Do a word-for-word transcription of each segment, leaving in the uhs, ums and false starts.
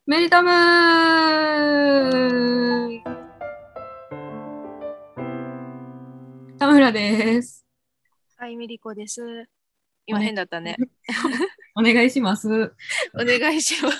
メリタムー田村です。 はい、ミリコです。今おね、 変だったね。 お願いします。 お願いします。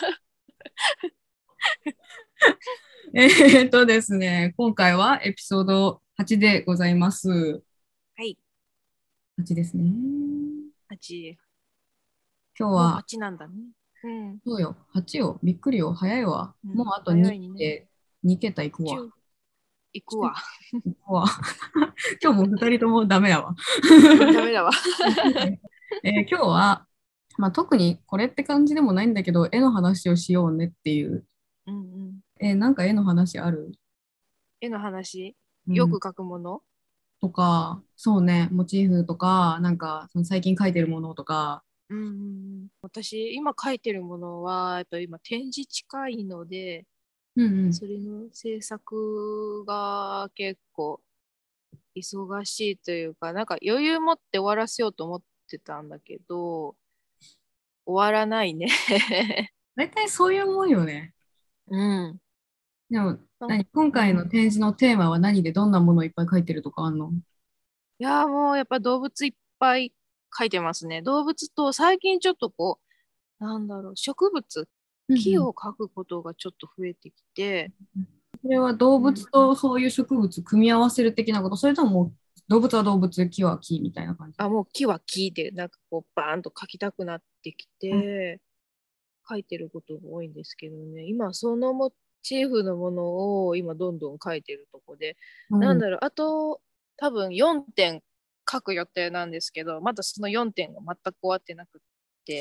えーっとですね、今回はエピソードはちでございます。 はい、 はちですね。 はち。もう今日は、 はちなんだね。うん。 そうよ、はちよ。びっくりよ。早いわ。 うん、 もうあとに早いね。 でに桁いくわ。 中、行くわ。 いくわ。今日もふたりともダメやわ。 ダメだわ。 えー今日は、まあ、特にこれって感じでもないんだけど、絵の話をしようねっていう。 うんうん。 えーなんか絵の話ある？ 絵の話、 うん。 よく描くもの。 とか、そうね、モチーフとか、なんかその最近描いてるものとか。 うんうんうん。私、今描いてるものは、やっぱり今展示近いので、 うんそれの制作が結構忙しいというか、なんか余裕持って終わらせようと思ってたんだけど、終わらないね。 大体そういうもんよね。 うん。 でも、 なん何今回のうん。 展示のテーマは何でどんなものをいっぱい描いてるとかあんの？ いやーもうやっぱ動物いっぱい描いてますね。動物と最近ちょっとこう、なんだろう、植物、木うんうん。 を描くことがちょっと増えてきて、 それは動うん、 物とそういう植物組み合わせる的なこと、それとももう動物は動物、木は木みたいな感じ？ あ、もう木は木で、なんかこう、バーンと描きたくなってきて、描いてることが多いんですけどね、今そのモチーフのものを今どんどん描いてるとこで、 うん。 なんだろう、あと多分よんてん描く予定なんですけど、まだそのよんてんが全く終わってなくって、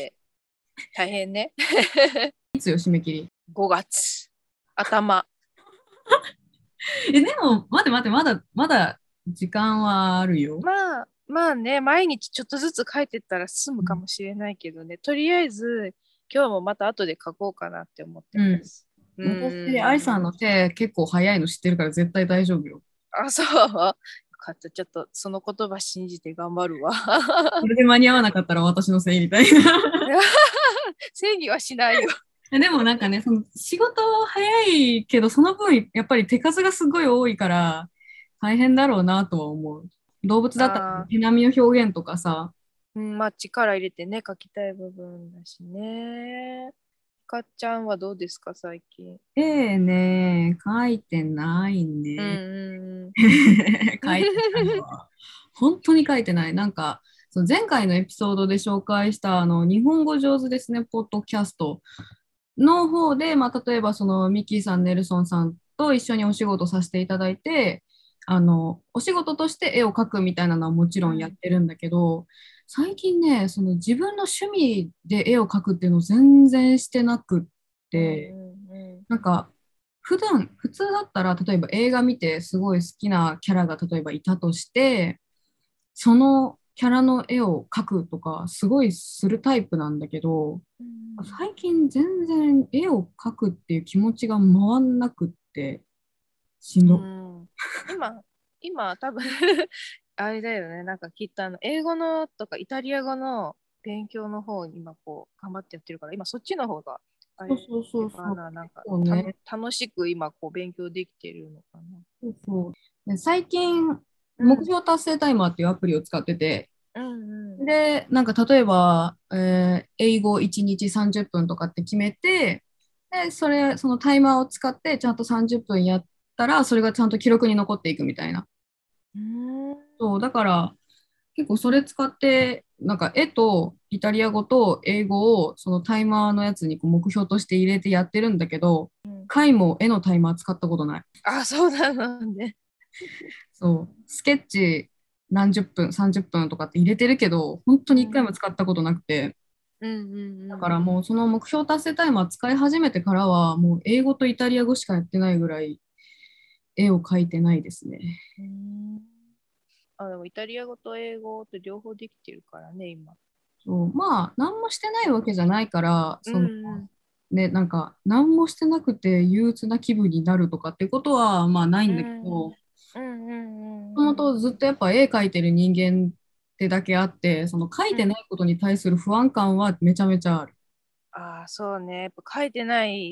大変ね。 いつよ、締め切り？ ごがつ頭。 え、でも、待って待って、まだ、まだ時間はあるよ。 まあ、まあね、毎日ちょっとずつ書いてったら済むうん。 かもしれないけどね、とりあえず今日もまた後で書こうかなって思ってうん。 ます。う私、愛さんーん。 の手結構早いの知ってるから絶対大丈夫よ。 あ、そう。よかった。ちょっとその言葉信じて頑張るわ。 これで間に合わなかったら私のせいみたいな。 正義はしないよ。 でもなんかね、その仕事早いけど、その分やっぱり手数がすごい多いから大変だろうなとは思う。動物だったらああ、 毛並みの表現とかさ。 うん、まあ力入れてね、書きたい部分だしね。かっちゃんはどうですか、最近。 ええね、書いてないうんね。 うんうん。 書いてないわ。本当に書いてない。なんか、その前回のエピソードで紹介したあの日本語上手ですね、ポッドキャストの方で、まあ、例えばそのミッキーさん、ネルソンさんと一緒にお仕事させていただいて、あのお仕事として絵を描くみたいなのはもちろんやっうんてるんだけど、最近ね、その自分の趣味で絵を描くっていうのを全然してなくっうて、 んうんなんか普段、普通だったら、例えば映画見てすごい好きなキャラが例えばいたとして、そのキャラの絵を描くとか、すごいするタイプなんだけど、 うん最近全然絵を描くっていう気持ちが回んなくって、しんうど。 ん。うん。今、今多分あれだよね。なんかきっとあの英語のとかイタリア語の勉強の方に今こう頑張ってやってるから、今そっちの方があれそうそうそうそう。 かな、なんかたそうね。 楽しく今こう勉強できてるのかな。 そうそう。で最近、 うん。 目標達成タイマーっていうアプリを使ってて、 うんうん。 で、なんか例えば、えー英語いちにちさんじゅっぷんとかって決めて、で、それ、そのタイマーを使ってちゃんとさんじゅっぷんやったら、それがちゃんと記録に残っていくみたいな。 うーん。 そう、だから結構それ使って、なんか絵とイタリア語と英語をそのタイマーのやつにこう目標として入れてやってるんだけど、回も絵のタイマー使ったことない。 あ、そうなのね。 そう、スケッチ何十分、さんじゅっぷんとかって入れてるけど、本当に一回もうん。 使ったことなくて、 うんうんだうん。 からもうその目標達成タイマー使い始めてからは、もう英語とイタリア語しかやってないぐらい絵を描いてないですね。 うーん。あ、でもイタリア語と英語と両方できてるからね、今。 そう、まあ、何もしてないわけじゃないから、 うその、 んうん。 ね、なんか、何もしてなくて憂鬱な気分になるとかってことは、まあ、ないんだけうんうんど、 うんうんうんもともとずっとやっぱ絵描いてる人間ってだけあって、その描いうん。 てないことに対する不安感はめちゃめちゃある。 ああ、そうね。やっぱ書いてない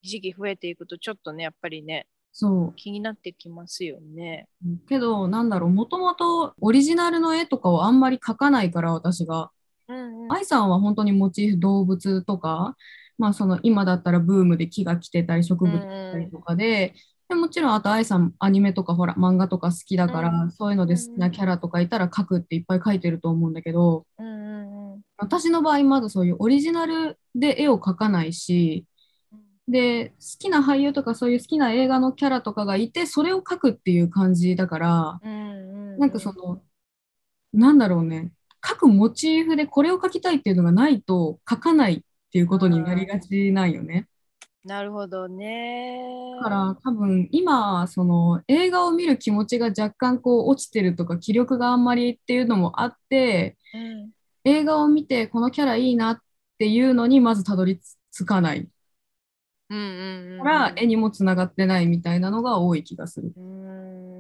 時期増えていくとちょっとね、やっぱりね、 そ気になってきますよね。 う。けど、なんだろう、もともとオリジナルの絵とかをあんまり描かないから、私が。 うんうん。 愛さんは本当にモチーフ動物とか、まあその今だったらブームで木が来てたり植うん物来たりうん。 とかで、でもちろんあと愛さんアニメとかほら漫画とか好きだから、 うんそういうので好きうんなキャラとかいたら描くっていっぱい描いてると思うんだけど、 うんうんうん。 私の場合まだそういうオリジナルで絵を描かないし、で、好きな俳優とかそういう好きな映画のキャラとかがいて、それを描くっていう感じだから、 うんうんなんかうん。 その、なんだろうね、描くモチーフでこれを描きたいっていうのがないと描かないっていうことになりあがちなんよね。 ーなるほどだかね。 ら多分今、その映画を見る気持ちが若干こう落ちてるとか気力があんまりっていうのもあって、 うん。 映画を見てこのキャラいいなっていうのにまずたどり着かないうんうんから絵にもつながってないみたいなのが多い気がする。 うんうん。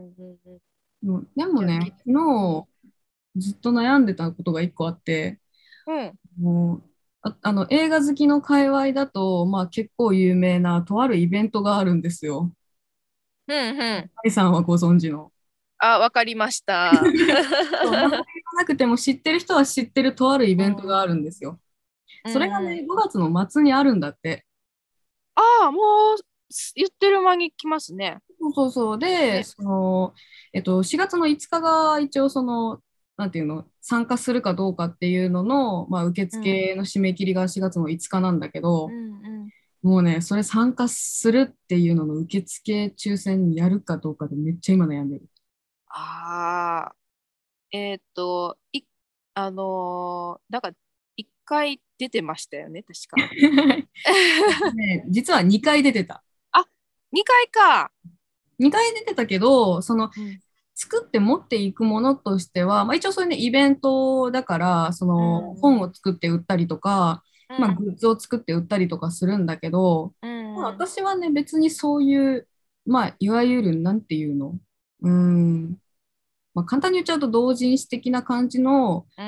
うーんうんうん。 うんでもじゃあ、き、 ね、昨日ずっと悩んでたことが一個あって、 うん。 もうあ、あの映画好きの界隈だと、まあ、結構有名なとあるイベントがあるんですよ。 うんうん。 愛さんはご存知の。 あ、わかりました。 そう、名前言わなくても知ってる人は知ってるとあるイうベントがあるんんですよ。 うんうん。 それがね、ごがつの末にあるんだって。 ああ、もうす言ってる間に来ますね。 そうそうそう。で、 ね。 その、えっと、しがつのいつかが一応その、なんていうの、参加するかどうかっていうのの、まあ、受うん。 付の締め切りがしがつのいつかなんだけど、 うんうん。 もうね、それ参加するっていうのの受付抽選やるかどうかでめっちゃ今悩んでる。 ああ、えーっと、い、あのーなんか、一回出てましたよね、確か。 ね、実はにかい出てた。 あ、二回か。 にかい出てたけど、そのうん。 作って持っていくものとしては、まあ、一応そういうね、イベントだから、そうの本んを作って売ったりとか、まあ、 うん。 グッズを作って売ったりとかするんだけど、まあ、 うんうん。 私はね、別にそういう、まあ、いわゆる、なんていうの、うーん、まあ、簡単に言っちゃうと同人誌的な感じの、 うん。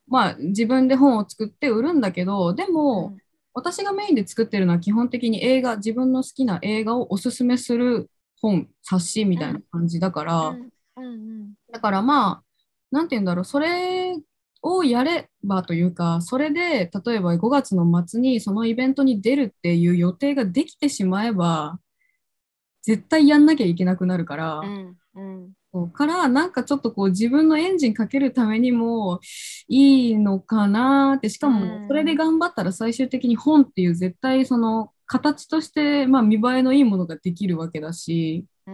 まあ、自分で本を作って売るんだけど、でも、 うん。 私がメインで作ってるのは基本的に映画、自分の好きな映画をおすすめする本、冊子みたいなうん。 感じだから、 うん。うん。 だからまあ、なんて言うんだろう、それをやればというか、それで例えばごがつの末にそのイベントに出るっていう予定ができてしまえば、絶対やんなきゃいけなくなるから、 うん。うん。 そうからなんかちょっとこう自分のエンジンかけるためにもいいのかなって、しうかもそれでん。 頑張ったら最終的に本っていう絶対その形としてまあ見栄えのいいものができるわけだし、 うん。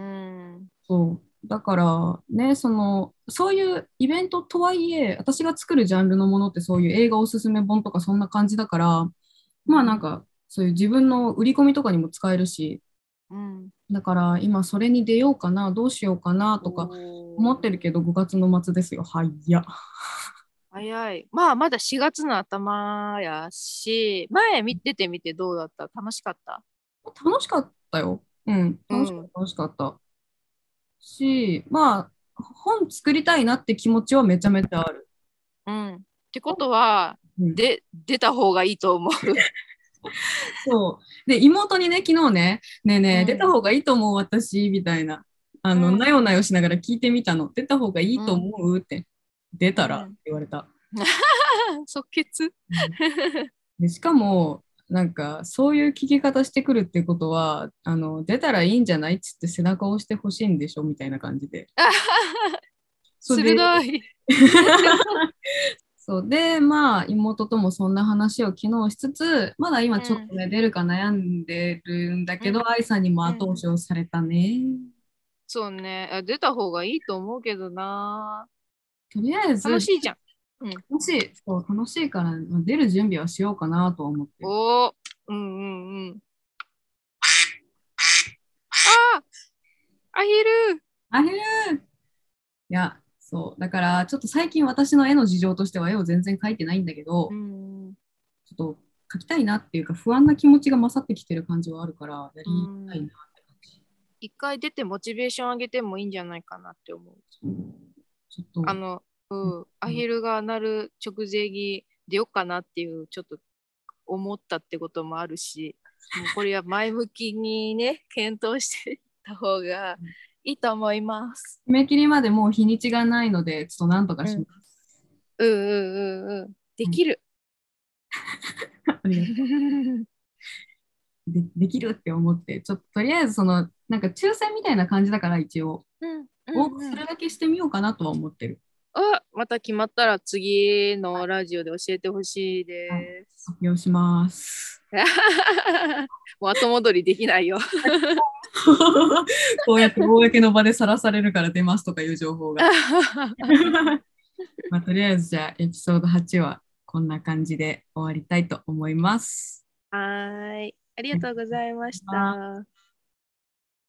そう。だからね、その、そういうイベントとはいえ、私が作るジャンルのものってそういう映画おすすめ本とかそんな感じだから、まあなんか、そういう自分の売り込みとかにも使えるし、 うん。 だから今それに出ようかな、どうしようかなおとか思ってるけど、 ー。 ごがつの末ですよ。はいや。 早い。まあ、まだしがつの頭やし、前見ててみてどうだった？楽しかった？ 楽しかったよ。うん、 うん。 楽しかった、楽しかったし、まあ、本作りたいなって気持ちはめちゃめちゃある。 うん。ってことは、 うん、 で、出た方がいいと思う。 そう。で、妹にね、昨日ね、ねえねえ、出たうん。 方がいいと思う、私、みたいな。あの、なうん。 よなよしながら聞いてみたの。出た方がいいとうん。 思うって。出たらってうん。 言われた。 即決。 うんで、しかも、なんか、そういう聞き方してくるってことは、あの、出たらいいんじゃないっつって背中を押してほしいんでしょみたいな感じで。それで、 鋭い。 そうで、まあ、妹ともそんな話を昨日しつつ、まだ今うん。 ちょっとね、出るか悩んでるんだけど、 うん。 愛さんにもうん。 後押しをされたね。 そうね。あ、出た方がいいと思うけどな。 とりあえず、 楽しいじゃん。うん。 楽しい、そう、楽しいから、まあ出る準備はしようかなとは思ってる。 おー。うんうんうん。ああ、アヒル。 あへるいや、そう。だから、ちょっと最近私の絵の事情としては絵を全然描いてないんだけうど、 ん。 ちょっと描きたいなっていうか、不安な気持ちが勝ってきてる感じはあるから、やうりたいなん。 って感じ。 一回出てモチベーション上げてもいいんじゃないかなって思う。 そうちょっと、 あの、 うんうん、アうんヒルが鳴る直前に出ようかなっていう、ちょっと思ったってこともあるし。 もうこれは前向きにね、検討していった方がいいと思います。 締め切りまでもう日にちがないので、ちょっとなんとかうん、 します。 うんうんうんうん。ではい、 きる。 ありがとう。で、できるって思って、ちょっととりあえずその、なんか抽選みたいな感じだから一応、 うんう応募んうん。 するだけしてみようかなとは思ってる。 あ、また決まったら次はい、 のラジオで教えてほしいはい、 です。 発表します。 もう後戻りできないよ。 こうやって公の場でさらされるから出ますとかいう情報が。まあ、とりあえずじゃあエピソードはちはこんな感じで終わりたいと思います。 はーい。ありありがとうがとうございましございます。 た。